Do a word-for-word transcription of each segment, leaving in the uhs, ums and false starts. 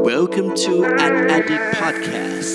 Welcome to An Addict Podcast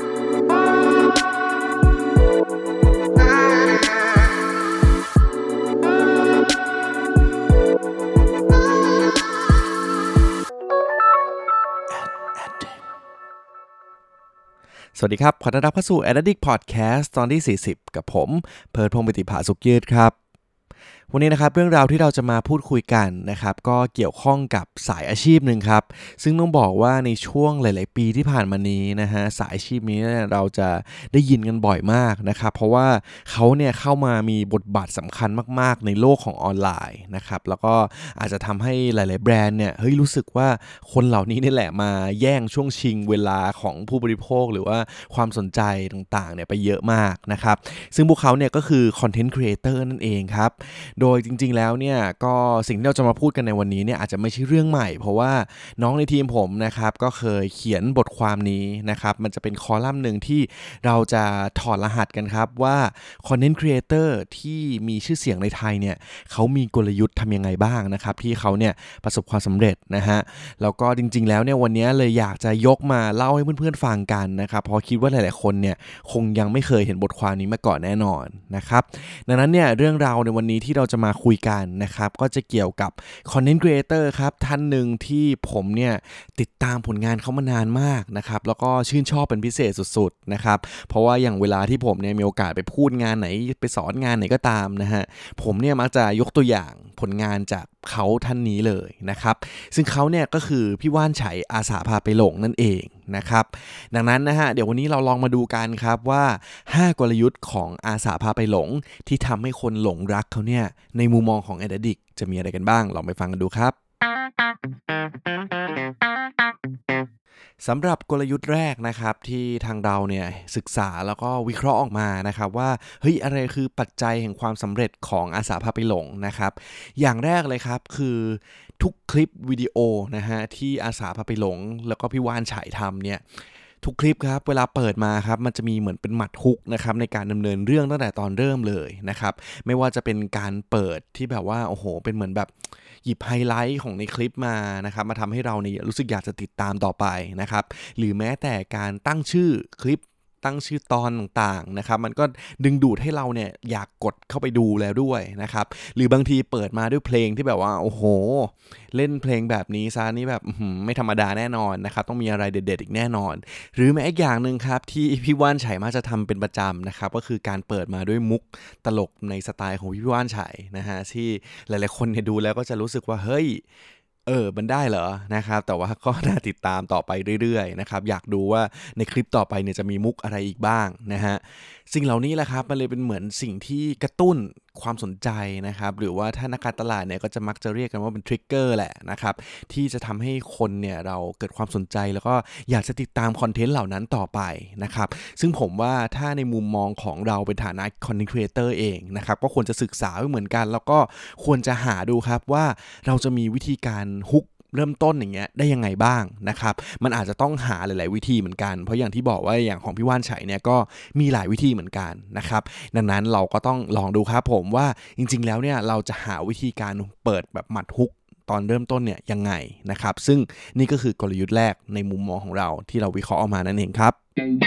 สวัสดีครับขอต้อนรับเข้าสู่ An Addict Podcast ตอนที่สี่สิบกับผมเพิร์ท พงษ์ ปิติภาสุขยืดครับวันนี้นะครับเรื่องราวที่เราจะมาพูดคุยกันนะครับก็เกี่ยวข้องกับสายอาชีพหนึ่งครับซึ่งต้องบอกว่าในช่วงหลายๆปีที่ผ่านมานี้นะฮะสายอาชีพนี้เราจะได้ยินกันบ่อยมากนะครับเพราะว่าเขาเนี่ยเข้ามามีบทบาทสำคัญมากๆในโลกของออนไลน์นะครับแล้วก็อาจจะทำให้หลายๆแบรนด์เนี่ยเฮ้ยรู้สึกว่าคนเหล่านี้นี่แหละมาแย่งช่วงชิงเวลาของผู้บริโภคหรือว่าความสนใจต่างๆเนี่ยไปเยอะมากนะครับซึ่งพวกเขาเนี่ยก็คือคอนเทนต์ครีเอเตอร์นั่นเองครับโดยจริงๆแล้วเนี่ยก็สิ่งที่เราจะมาพูดกันในวันนี้เนี่ยอาจจะไม่ใช่เรื่องใหม่เพราะว่าน้องในทีมผมนะครับก็เคยเขียนบทความนี้นะครับมันจะเป็นคอลัมน์นึงที่เราจะถอดรหัสกันครับว่าคอนเทนต์ครีเอเตอร์ที่มีชื่อเสียงในไทยเนี่ยเขามีกลยุทธ์ทำยังไงบ้างนะครับที่เขาเนี่ยประสบความสำเร็จนะฮะแล้วก็จริงๆแล้วเนี่ยวันนี้เลยอยากจะยกมาเล่าให้เพื่อนๆฟังกันนะครับเพราะคิดว่าหลายๆคนเนี่ยคงยังไม่เคยเห็นบทความนี้มาก่อนแน่นอนนะครับดังนั้นเนี่ยเรื่องราวในวันนี้ที่เราจะมาคุยกันนะครับก็จะเกี่ยวกับคอนเทนต์ครีเอเตอร์ครับท่านหนึ่งที่ผมเนี่ยติดตามผลงานเขามานานมากนะครับแล้วก็ชื่นชอบเป็นพิเศษสุดๆนะครับเพราะว่าอย่างเวลาที่ผมเนี่ยมีโอกาสไปพูดงานไหนไปสอนงานไหนก็ตามนะฮะผมเนี่ยมักจะยกตัวอย่างผลงานจากเขาท่านนี้เลยนะครับซึ่งเขาเนี่ยก็คือพี่ว่านไฉอาสาพาไปหลงนั่นเองนะครับดังนั้นนะฮะเดี๋ยววันนี้เราลองมาดูกันครับว่าห้ากลยุทธ์ของอาสาพาไปหลงที่ทำให้คนหลงรักเขาเนี่ยในมุมมองของ An Addict จะมีอะไรกันบ้างลองไปฟังกันดูครับสำหรับกลยุทธ์แรกนะครับที่ทางเราเนี่ยศึกษาแล้วก็วิเคราะห์ออกมานะครับว่าเฮ้ยอะไรคือปัจจัยแห่งความสำเร็จของอาสาพาไปหลงนะครับอย่างแรกเลยครับคือทุกคลิปวิดีโอนะฮะที่อาสาพาไปหลงแล้วก็พี่ว่านไฉทำเนี่ยทุกคลิปครับเวลาเปิดมาครับมันจะมีเหมือนเป็นหมัดฮุกนะครับในการดำเนินเรื่องตั้งแต่ตอนเริ่มเลยนะครับไม่ว่าจะเป็นการเปิดที่แบบว่าโอ้โหเป็นเหมือนแบบหยิบไฮไลท์ของในคลิปมานะครับมาทำให้เราเนี่ยรู้สึกอยากจะติดตามต่อไปนะครับหรือแม้แต่การตั้งชื่อคลิปตั้งชื่อตอนต่างๆนะครับมันก็ดึงดูดให้เราเนี่ยอยากกดเข้าไปดูแล้วด้วยนะครับหรือบางทีเปิดมาด้วยเพลงที่แบบว่าโอ้โหเล่นเพลงแบบนี้ซะนี่แบบไม่ธรรมดาแน่นอนนะครับต้องมีอะไรเด็ดๆอีกแน่นอนหรือแม้อีกอย่างนึงครับที่พี่ว่านไฉมักจะทำเป็นประจำนะครับก็คือการเปิดมาด้วยมุกตลกในสไตล์ของพี่ว่านไฉนะฮะที่หลายๆคนเนี่ยดูแล้วก็จะรู้สึกว่าเฮ้ยเออมันได้เหรอนะครับแต่ว่าก็น่าติดตามต่อไปเรื่อยๆนะครับอยากดูว่าในคลิปต่อไปเนี่ยจะมีมุกอะไรอีกบ้างนะฮะสิ่งเหล่านี้แหละครับมันเลยเป็นเหมือนสิ่งที่กระตุ้นความสนใจนะครับหรือว่าถ้านักการตลาดเนี่ยก็จะมักจะเรียกกันว่าเป็นทริกเกอร์แหละนะครับที่จะทำให้คนเนี่ยเราเกิดความสนใจแล้วก็อยากจะติดตามคอนเทนต์เหล่านั้นต่อไปนะครับซึ่งผมว่าถ้าในมุมมองของเราเป็นฐานะคอนเทนต์ครีเอเตอร์เองนะครับก็ควรจะศึกษาไว้เหมือนกันแล้วก็ควรจะหาดูครับว่าเราจะมีวิธีการฮุกเริ่มต้นอย่างเงี้ยได้ยังไงบ้างนะครับมันอาจจะต้องหาหลายๆวิธีเหมือนกันเพราะอย่างที่บอกว่าอย่างของพี่ว่านไฉเนี่ยก็มีหลายวิธีเหมือนกันนะครับดังนั้นเราก็ต้องลองดูครับผมว่าจริงๆแล้วเนี่ยเราจะหาวิธีการเปิดแบบหมัดฮุกตอนเริ่มต้นเนี่ยยังไงนะครับซึ่งนี่ก็คือกลยุทธ์แรกในมุมมองของเราที่เราวิเคราะห์ออกมานั่นเองครับ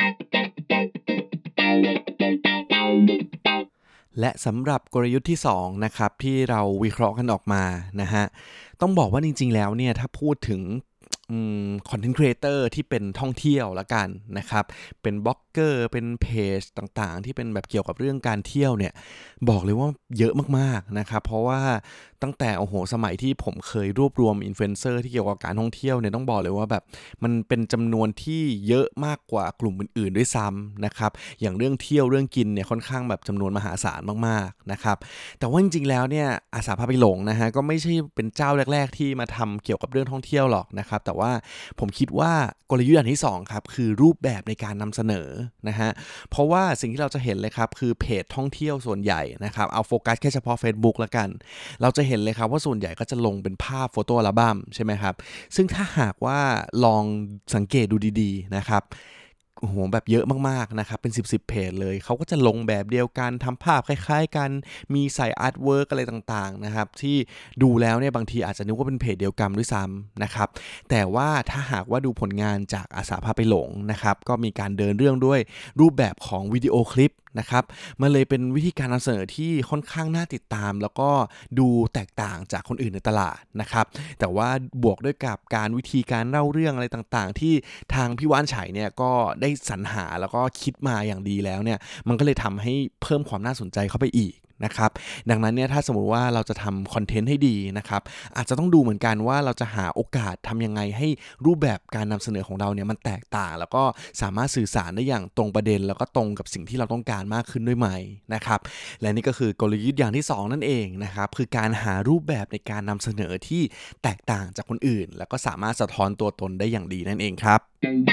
และสำหรับกลยุทธ์ที่สองนะครับที่เราวิเคราะห์กันออกมานะฮะต้องบอกว่าจริงๆแล้วเนี่ยถ้าพูดถึงคอนเทนต์ครีเอเตอร์ที่เป็นท่องเที่ยวละกันนะครับเป็นบล็อกเกอร์เป็นเพจต่างๆที่เป็นแบบเกี่ยวกับเรื่องการเที่ยวเนี่ยบอกเลยว่าเยอะมากๆนะครับเพราะว่าตั้งแต่โอ้โหสมัยที่ผมเคยรวบรวมอินฟลูเอนเซอร์ที่เกี่ยวกับการท่องเที่ยวเนี่ยต้องบอกเลยว่าแบบมันเป็นจำนวนที่เยอะมากกว่ากลุ่มอื่นๆด้วยซ้ำนะครับอย่างเรื่องเที่ยวเรื่องกินเนี่ยค่อนข้างแบบจำนวนมหาศาลมากๆนะครับแต่ว่าจริงๆแล้วเนี่ยอาสาพาไปหลงนะฮะก็ไม่ใช่เป็นเจ้าแรกๆที่มาทำเกี่ยวกับเรื่องท่องเที่ยวหรอกนะครับแต่ว่าผมคิดว่ากลยุทธ์อันที่สองครับคือรูปแบบในการนำเสนอนะฮะเพราะว่าสิ่งที่เราจะเห็นเลยครับคือเพจท่องเที่ยวส่วนใหญ่นะครับเอาโฟกัสแค่เฉพาะ Facebook ละกันเราจะเห็นเลยครับว่าส่วนใหญ่ก็จะลงเป็นภาพโฟโต้อัลบั้มใช่ไหมครับซึ่งถ้าหากว่าลองสังเกตดูดีๆนะครับโอ้โหแบบเยอะมากๆนะครับเป็นสิบ สิบเพจเลยเขาก็จะลงแบบเดียวกันทำภาพคล้ายๆกันมีใส่อาร์ตเวิร์กอะไรต่างๆนะครับที่ดูแล้วเนี่ยบางทีอาจจะนึกว่าเป็นเพจเดียวกันด้วยซ้ำนะครับแต่ว่าถ้าหากว่าดูผลงานจากอาสาพาไปหลงนะครับก็มีการเดินเรื่องด้วยรูปแบบของวิดีโอคลิปนะครับมันเลยเป็นวิธีการนำเสนอที่ค่อนข้างน่าติดตามแล้วก็ดูแตกต่างจากคนอื่นในตลาดนะครับแต่ว่าบวกด้วยกับการวิธีการเล่าเรื่องอะไรต่างๆที่ทางพี่ว่านไฉเนี่ยก็ได้สรรหาแล้วก็คิดมาอย่างดีแล้วเนี่ยมันก็เลยทำให้เพิ่มความน่าสนใจเข้าไปอีกนะครับดังนั้นเนี่ยถ้าสมมุติว่าเราจะทำคอนเทนต์ให้ดีนะครับอาจจะต้องดูเหมือนกันว่าเราจะหาโอกาสทำยังไงให้รูปแบบการนำเสนอของเราเนี่ยมันแตกต่างแล้วก็สามารถสื่อสารได้อย่างตรงประเด็นแล้วก็ตรงกับสิ่งที่เราต้องการมากขึ้นด้วยไหมนะครับและนี่ก็คือกลยุทธ์อย่างที่สองนั่นเองนะครับคือการหารูปแบบในการนำเสนอที่แตกต่างจากคนอื่นแล้วก็สามารถสะท้อนตัวตนได้อย่างดีนั่นเองครับ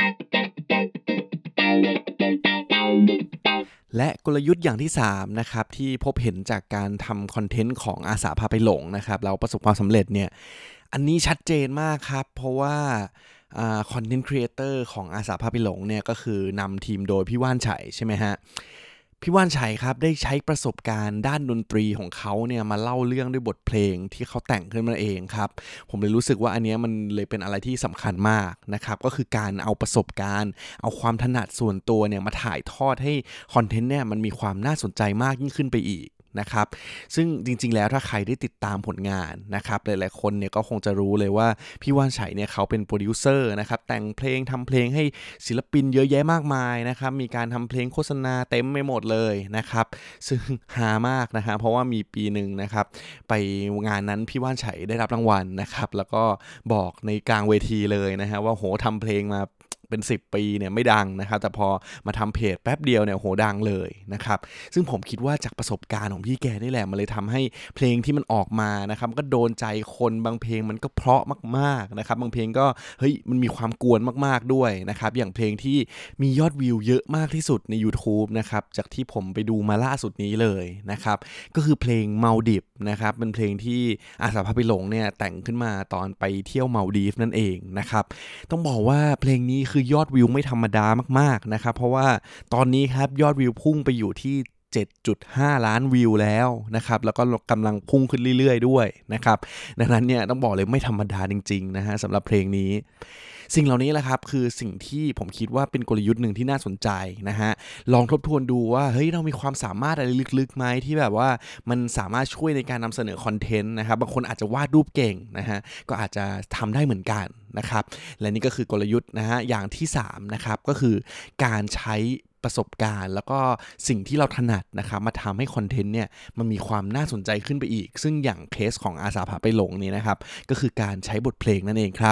และกลยุทธ์อย่างที่สามนะครับที่พบเห็นจากการทำคอนเทนต์ของอาสาพาไปหลงนะครับแล้วประสบความสำเร็จเนี่ยอันนี้ชัดเจนมากครับเพราะว่าคอนเทนต์ครีเอเตอร์ของอาสาพาไปหลงเนี่ยก็คือนำทีมโดยพี่ว่านไฉใช่ไหมฮะพี่ว่านไฉครับได้ใช้ประสบการณ์ด้านดนตรีของเขาเนี่ยมาเล่าเรื่องด้วยบทเพลงที่เขาแต่งขึ้นมาเองครับผมเลยรู้สึกว่าอันนี้มันเลยเป็นอะไรที่สำคัญมากนะครับก็คือการเอาประสบการณ์เอาความถนัดส่วนตัวเนี่ยมาถ่ายทอดให้คอนเทนต์เนี่ยมันมีความน่าสนใจมากยิ่งขึ้นไปอีกนะครับซึ่งจริงๆแล้วถ้าใครได้ติดตามผลงานนะครับหลายๆคนเนี่ยก็คงจะรู้เลยว่าพี่ว่านไฉเนี่ยเขาเป็นโปรดิวเซอร์นะครับแต่งเพลงทำเพลงให้ศิลปินเยอะแยะมากมายนะครับมีการทำเพลงโฆษณาเต็มไปหมดเลยนะครับซึ่งฮามากนะฮะเพราะว่ามีปีหนึ่งนะครับไปงานนั้นพี่ว่านไฉได้รับรางวัลนะครับแล้วก็บอกในกลางเวทีเลยนะฮะว่าโหทำเพลงมาเป็นสิบปีเนี่ยไม่ดังนะครับแต่พอมาทำเพจแป๊บเดียวเนี่ยโหดังเลยนะครับซึ่งผมคิดว่าจากประสบการณ์ของพี่แกนี่แหละมันเลยทำให้เพลงที่มันออกมานะครับก็โดนใจคนบางเพลงมันก็เพราะมากๆนะครับบางเพลงก็เฮ้ยมันมีความกวนมากๆด้วยนะครับอย่างเพลงที่มียอดวิวเยอะมากที่สุดใน YouTube นะครับจากที่ผมไปดูมาล่าสุดนี้เลยนะครับก็คือเพลงเมาดิฟนะครับเป็นเพลงที่อาสาพาไปหลงเนี่ยแต่งขึ้นมาตอนไปเที่ยวเมาดีฟนั่นเองนะครับต้องบอกว่าเพลงนี้คือยอดวิวไม่ธรรมดามากๆนะครับเพราะว่าตอนนี้ครับยอดวิวพุ่งไปอยู่ที่ เจ็ดจุดห้า ล้านวิวแล้วนะครับแล้วก็กำลังพุ่งขึ้นเรื่อยๆด้วยนะครับดังนั้นเนี่ยต้องบอกเลยไม่ธรรมดาจริงๆนะฮะสำหรับเพลงนี้สิ่งเหล่านี้แหละครับคือสิ่งที่ผมคิดว่าเป็นกลยุทธ์หนึ่งที่น่าสนใจนะฮะลองทบทวนดูว่าเฮ้ยเรามีความสามารถอะไรลึกๆไหมที่แบบว่ามันสามารถช่วยในการนำเสนอคอนเทนต์นะครับบางคนอาจจะวาดรูปเก่งนะฮะก็อาจจะทำได้เหมือนกันนะครับและนี่ก็คือกลยุทธ์นะฮะอย่างที่สามนะครับก็คือการใช้ประสบการณ์แล้วก็สิ่งที่เราถนัดนะครับมาทำให้คอนเทนต์เนี่ยมันมีความน่าสนใจขึ้นไปอีกซึ่งอย่างเคสของอาสาพาไปหลงนี่นะครับก็คือการใช้บทเพลงนั่นเองครับ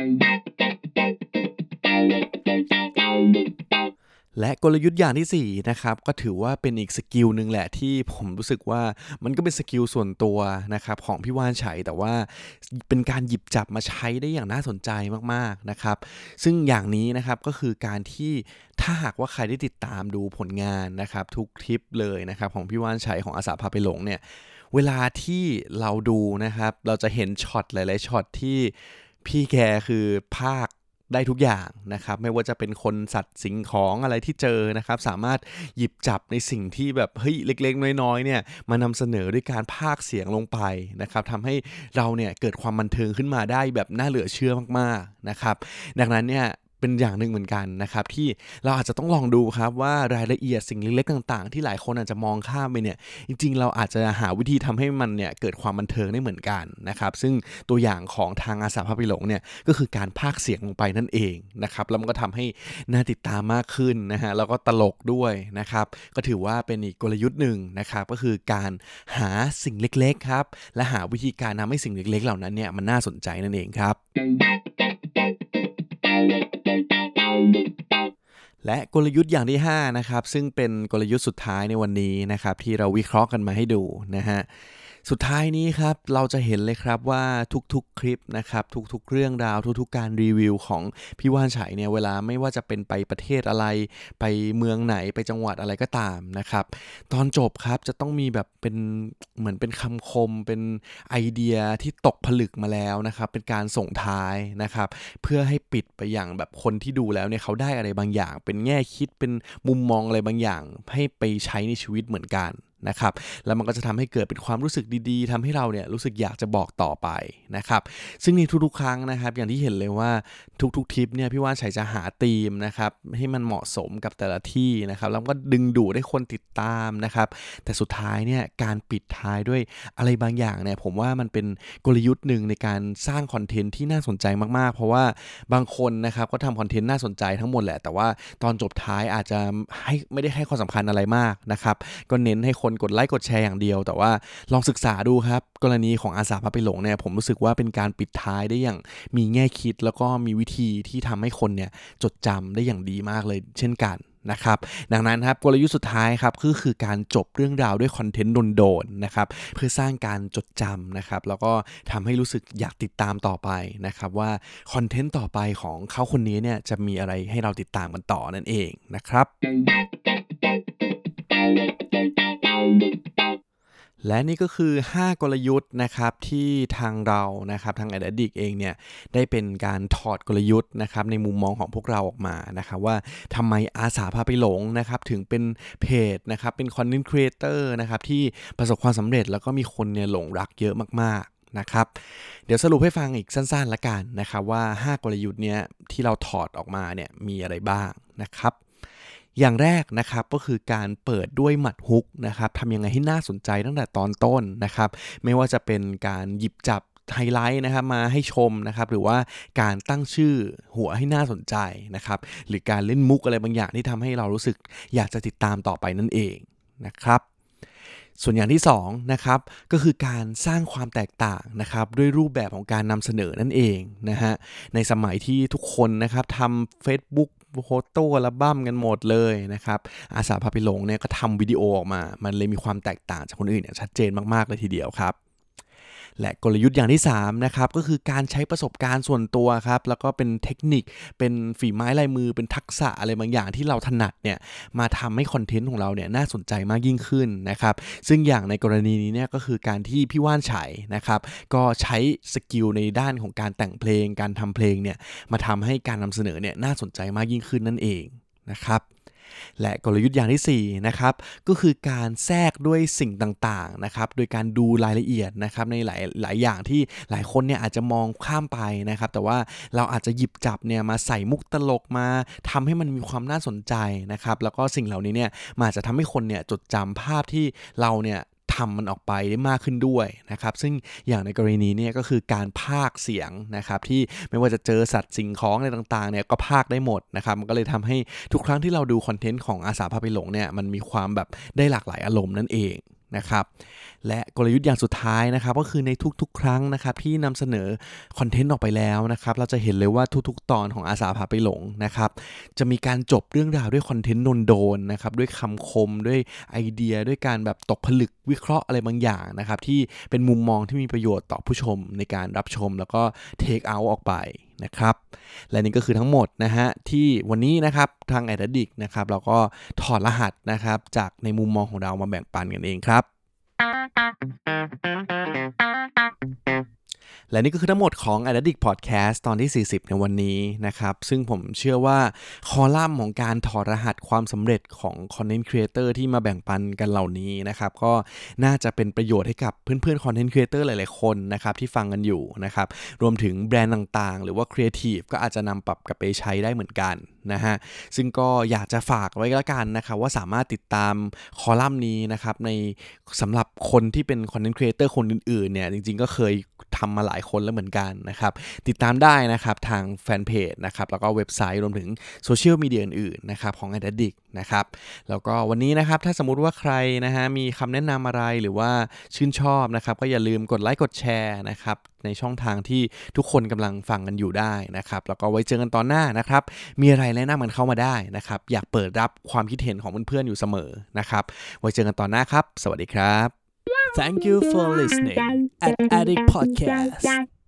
และกลยุทธ์อย่างที่สี่นะครับก็ถือว่าเป็นอีกสกิลหนึ่งแหละที่ผมรู้สึกว่ามันก็เป็นสกิลส่วนตัวนะครับของพี่ว่านไฉแต่ว่าเป็นการหยิบจับมาใช้ได้อย่างน่าสนใจมากๆนะครับซึ่งอย่างนี้นะครับก็คือการที่ถ้าหากว่าใครได้ติดตามดูผลงานนะครับทุกคลิปเลยนะครับของพี่ว่านไฉของอาสาพาไปหลงเนี่ยเวลาที่เราดูนะครับเราจะเห็นช็อตหลายๆช็อตที่พี่แกคือพากย์ได้ทุกอย่างนะครับไม่ว่าจะเป็นคนสัตว์สิ่งของอะไรที่เจอนะครับสามารถหยิบจับในสิ่งที่แบบเฮ้ยเล็กๆน้อยๆเนี่ยมานำเสนอด้วยการพากย์เสียงลงไปนะครับทำให้เราเนี่ยเกิดความบันเทิงขึ้นมาได้แบบน่าเหลือเชื่อมากๆนะครับดังนั้นเนี่ยเป็นอย่างหนึ่งเหมือนกันนะครับที่เราอาจจะต้องลองดูครับว่ารายละเอียดสิ่งเล็กๆต่างๆที่หลายคนอาจจะมองข้ามไปเนี่ยจริงๆเราอาจจะหาวิธีทำให้มันเนี่ยเกิดความบันเทิงได้เหมือนกันนะครับซึ่งตัวอย่างของทางอาสาพาไปหลงเนี่ยก็คือการพากย์เสียงลงไปนั่นเองนะครับแล้วมันก็ทำให้น่าติดตามมากขึ้นนะฮะแล้วก็ตลกด้วยนะครับก็ถือว่าเป็นอีกกลยุทธ์หนึ่งนะครับก็คือการหาสิ่งเล็กๆครับและหาวิธีการทำให้สิ่งเล็กๆเหล่านั้นเนี่ยมันน่าสนใจนั่นเองครับและกลยุทธ์อย่างที่ห้านะครับซึ่งเป็นกลยุทธ์สุดท้ายในวันนี้นะครับที่เราวิเคราะห์กันมาให้ดูนะฮะสุดท้ายนี้ครับเราจะเห็นเลยครับว่าทุกๆคลิปนะครับทุกๆเรื่องราวทุกๆการรีวิวของพี่ว่านไฉเนี่ยเวลาไม่ว่าจะเป็นไปประเทศอะไรไปเมืองไหนไปจังหวัดอะไรก็ตามนะครับตอนจบครับจะต้องมีแบบเป็นเหมือนเป็นคำคมเป็นไอเดียที่ตกผลึกมาแล้วนะครับเป็นการส่งท้ายนะครับเพื่อให้ปิดไปอย่างแบบคนที่ดูแล้วเนี่ยเขาได้อะไรบางอย่างเป็นแง่คิดเป็นมุมมองอะไรบางอย่างให้ไปใช้ในชีวิตเหมือนกันนะครับแล้วมันก็จะทำให้เกิดเป็นความรู้สึกดีๆทำให้เราเนี่ยรู้สึกอยากจะบอกต่อไปนะครับซึ่งในทุกๆครั้งนะครับอย่างที่เห็นเลยว่าทุกๆทริปเนี่ยพี่ว่านไฉจะหาธีมนะครับให้มันเหมาะสมกับแต่ละที่นะครับแล้วก็ดึงดูดให้คนติดตามนะครับแต่สุดท้ายเนี่ยการปิดท้ายด้วยอะไรบางอย่างเนี่ยผมว่ามันเป็นกลยุทธ์หนึ่งในการสร้างคอนเทนต์ที่น่าสนใจมากๆเพราะว่าบางคนนะครับก็ทำคอนเทนต์น่าสนใจทั้งหมดแหละแต่ว่าตอนจบท้ายอาจจะให้ไม่ได้ให้ความสำคัญอะไรมากนะครับก็เน้นให้คนกดไลค์กดแชร์อย่างเดียวแต่ว่าลองศึกษาดูครับกรณีของอาสาพาไปหลงเนี่ยผมรู้สึกว่าเป็นการปิดท้ายได้อย่างมีแง่คิดแล้วก็มีวิธีที่ทำให้คนเนี่ยจดจำได้อย่างดีมากเลยเช่นกันนะครับดังนั้นครับกลยุทธ์สุดท้ายครับก็คือการจบเรื่องราวด้วยคอนเทนต์โดนๆนะครับเพื่อสร้างการจดจำนะครับแล้วก็ทำให้รู้สึกอยากติดตามต่อไปนะครับว่าคอนเทนต์ต่อไปของเขาคนนี้เนี่ยจะมีอะไรให้เราติดตามกันต่อนั่นเองนะครับและนี่ก็คือห้ากลยุทธ์นะครับที่ทางเรานะครับทาง Addict เองเนี่ยได้เป็นการถอดกลยุทธ์นะครับในมุมมองของพวกเราออกมานะครับว่าทำไมอาสาพาไปหลงนะครับถึงเป็นเพจนะครับเป็น Content Creator นะครับที่ประสบความสำเร็จแล้วก็มีคนเนี่ยหลงรักเยอะมากๆนะครับเดี๋ยวสรุปให้ฟังอีกสั้นๆละกันนะครับว่าห้ากลยุทธ์เนี้ยที่เราถอดออกมาเนี่ยมีอะไรบ้างนะครับอย่างแรกนะครับก็คือการเปิดด้วยหมัดฮุกนะครับทำยังไงให้น่าสนใจตั้งแต่ตอนต้นนะครับไม่ว่าจะเป็นการหยิบจับไฮไลท์นะครับมาให้ชมนะครับหรือว่าการตั้งชื่อหัวให้น่าสนใจนะครับหรือการเล่นมุกอะไรบางอย่างที่ทำให้เรารู้สึกอยากจะติดตามต่อไปนั่นเองนะครับส่วนอย่างที่สองนะครับก็คือการสร้างความแตกต่างนะครับด้วยรูปแบบของการนำเสนอนั่นเองนะฮะในสมัยที่ทุกคนนะครับทำ Facebook โฟโต้อัลบั้มกันหมดเลยนะครับอาสาพาไปหลงเนี่ยก็ทำวิดีโอออกมามันเลยมีความแตกต่างจากคนอื่นอย่างชัดเจนมากๆเลยทีเดียวครับและกลยุทธ์อย่างที่สามนะครับก็คือการใช้ประสบการณ์ส่วนตัวครับแล้วก็เป็นเทคนิคเป็นฝีไม้ลายมือเป็นทักษะอะไรบางอย่างที่เราถนัดเนี่ยมาทำให้คอนเทนต์ของเราเนี่ยน่าสนใจมากยิ่งขึ้นนะครับซึ่งอย่างในกรณีนี้เนี่ยก็คือการที่พี่ว่านไฉนะครับก็ใช้สกิลในด้านของการแต่งเพลงการทำเพลงเนี่ยมาทำให้การนำเสนอเนี่ยน่าสนใจมากยิ่งขึ้นนั่นเองนะครับและกลยุทธ์อย่างที่สี่นะครับก็คือการแทรกด้วยสิ่งต่างๆนะครับโดยการดูรายละเอียดนะครับในหลายหลายอย่างที่หลายคนเนี่ยอาจจะมองข้ามไปนะครับแต่ว่าเราอาจจะหยิบจับเนี่ยมาใส่มุกตลกมาทำให้มันมีความน่าสนใจนะครับแล้วก็สิ่งเหล่านี้เนี่ยมันอาจจะทำให้คนเนี่ยจดจำภาพที่เราเนี่ยทำมันออกไปได้มากขึ้นด้วยนะครับซึ่งอย่างในกรณีนี้ก็คือการพากย์เสียงนะครับที่ไม่ว่าจะเจอสัตว์สิ่งของอะไรต่างๆเนี่ยก็พากย์ได้หมดนะครับมันก็เลยทำให้ทุกครั้งที่เราดูคอนเทนต์ของอาสาพาไปหลงเนี่ยมันมีความแบบได้หลากหลายอารมณ์นั่นเองนะครับและกลยุทธ์อย่างสุดท้ายนะครับก็คือในทุกๆครั้งนะครับที่นำเสนอคอนเทนต์ออกไปแล้วนะครับเราจะเห็นเลยว่าทุกๆตอนของอาสาพาไปหลงนะครับจะมีการจบเรื่องราวด้วยคอนเทนต์โดนๆนะครับด้วยคำคมด้วยไอเดียด้วยการแบบตกผลึกวิเคราะห์อะไรบางอย่างนะครับที่เป็นมุมมองที่มีประโยชน์ต่อผู้ชมในการรับชมแล้วก็เทคเอาท์ออกไปนะครับและนี่ก็คือทั้งหมดนะฮะที่วันนี้นะครับทาง Addict นะครับเราก็ถอดรหัสนะครับจากในมุมมองของเรามาแบ่งปันกันเองครับและนี่ก็คือทั้งหมดของ Addict Podcast ตอนที่สี่สิบในวันนี้นะครับซึ่งผมเชื่อว่าคอลัมน์ของการถอดรหัสความสำเร็จของ Content Creator ที่มาแบ่งปันกันเหล่านี้นะครับก็น่าจะเป็นประโยชน์ให้กับเพื่อนๆ Content Creator หลายๆคนนะครับที่ฟังกันอยู่นะครับรวมถึงแบรนด์ต่างๆหรือว่า Creative ก็อาจจะนำปรับกลับไปใช้ได้เหมือนกันนะฮะซึ่งก็อยากจะฝากไว้แล้วกันนะครับว่าสามารถติดตามคอลัมน์นี้นะครับในสำหรับคนที่เป็น Content Creator คนอื่นๆเนี่ยจริงๆก็เคยทำมาหลายคนแล้วเหมือนกันนะครับติดตามได้นะครับทางแฟนเพจนะครับแล้วก็เว็บไซต์รวมถึงโซเชียลมีเดียอื่นๆนะครับของ Addict นะครับแล้วก็วันนี้นะครับถ้าสมมุติว่าใครนะฮะมีคำแนะนำอะไรหรือว่าชื่นชอบนะครับก็อย่าลืมกดไลค์กดแชร์นะครับในช่องทางที่ทุกคนกำลังฟังกันอยู่ได้นะครับแล้วก็ไว้เจอกันตอนหน้านะครับมีอะไรแนะนำกันเข้ามาได้นะครับอยากเปิดรับความคิดเห็นของเพื่อนๆอยู่เสมอนะครับไว้เจอกันตอนหน้าครับสวัสดีครับ Thank you for listening at Addict Podcast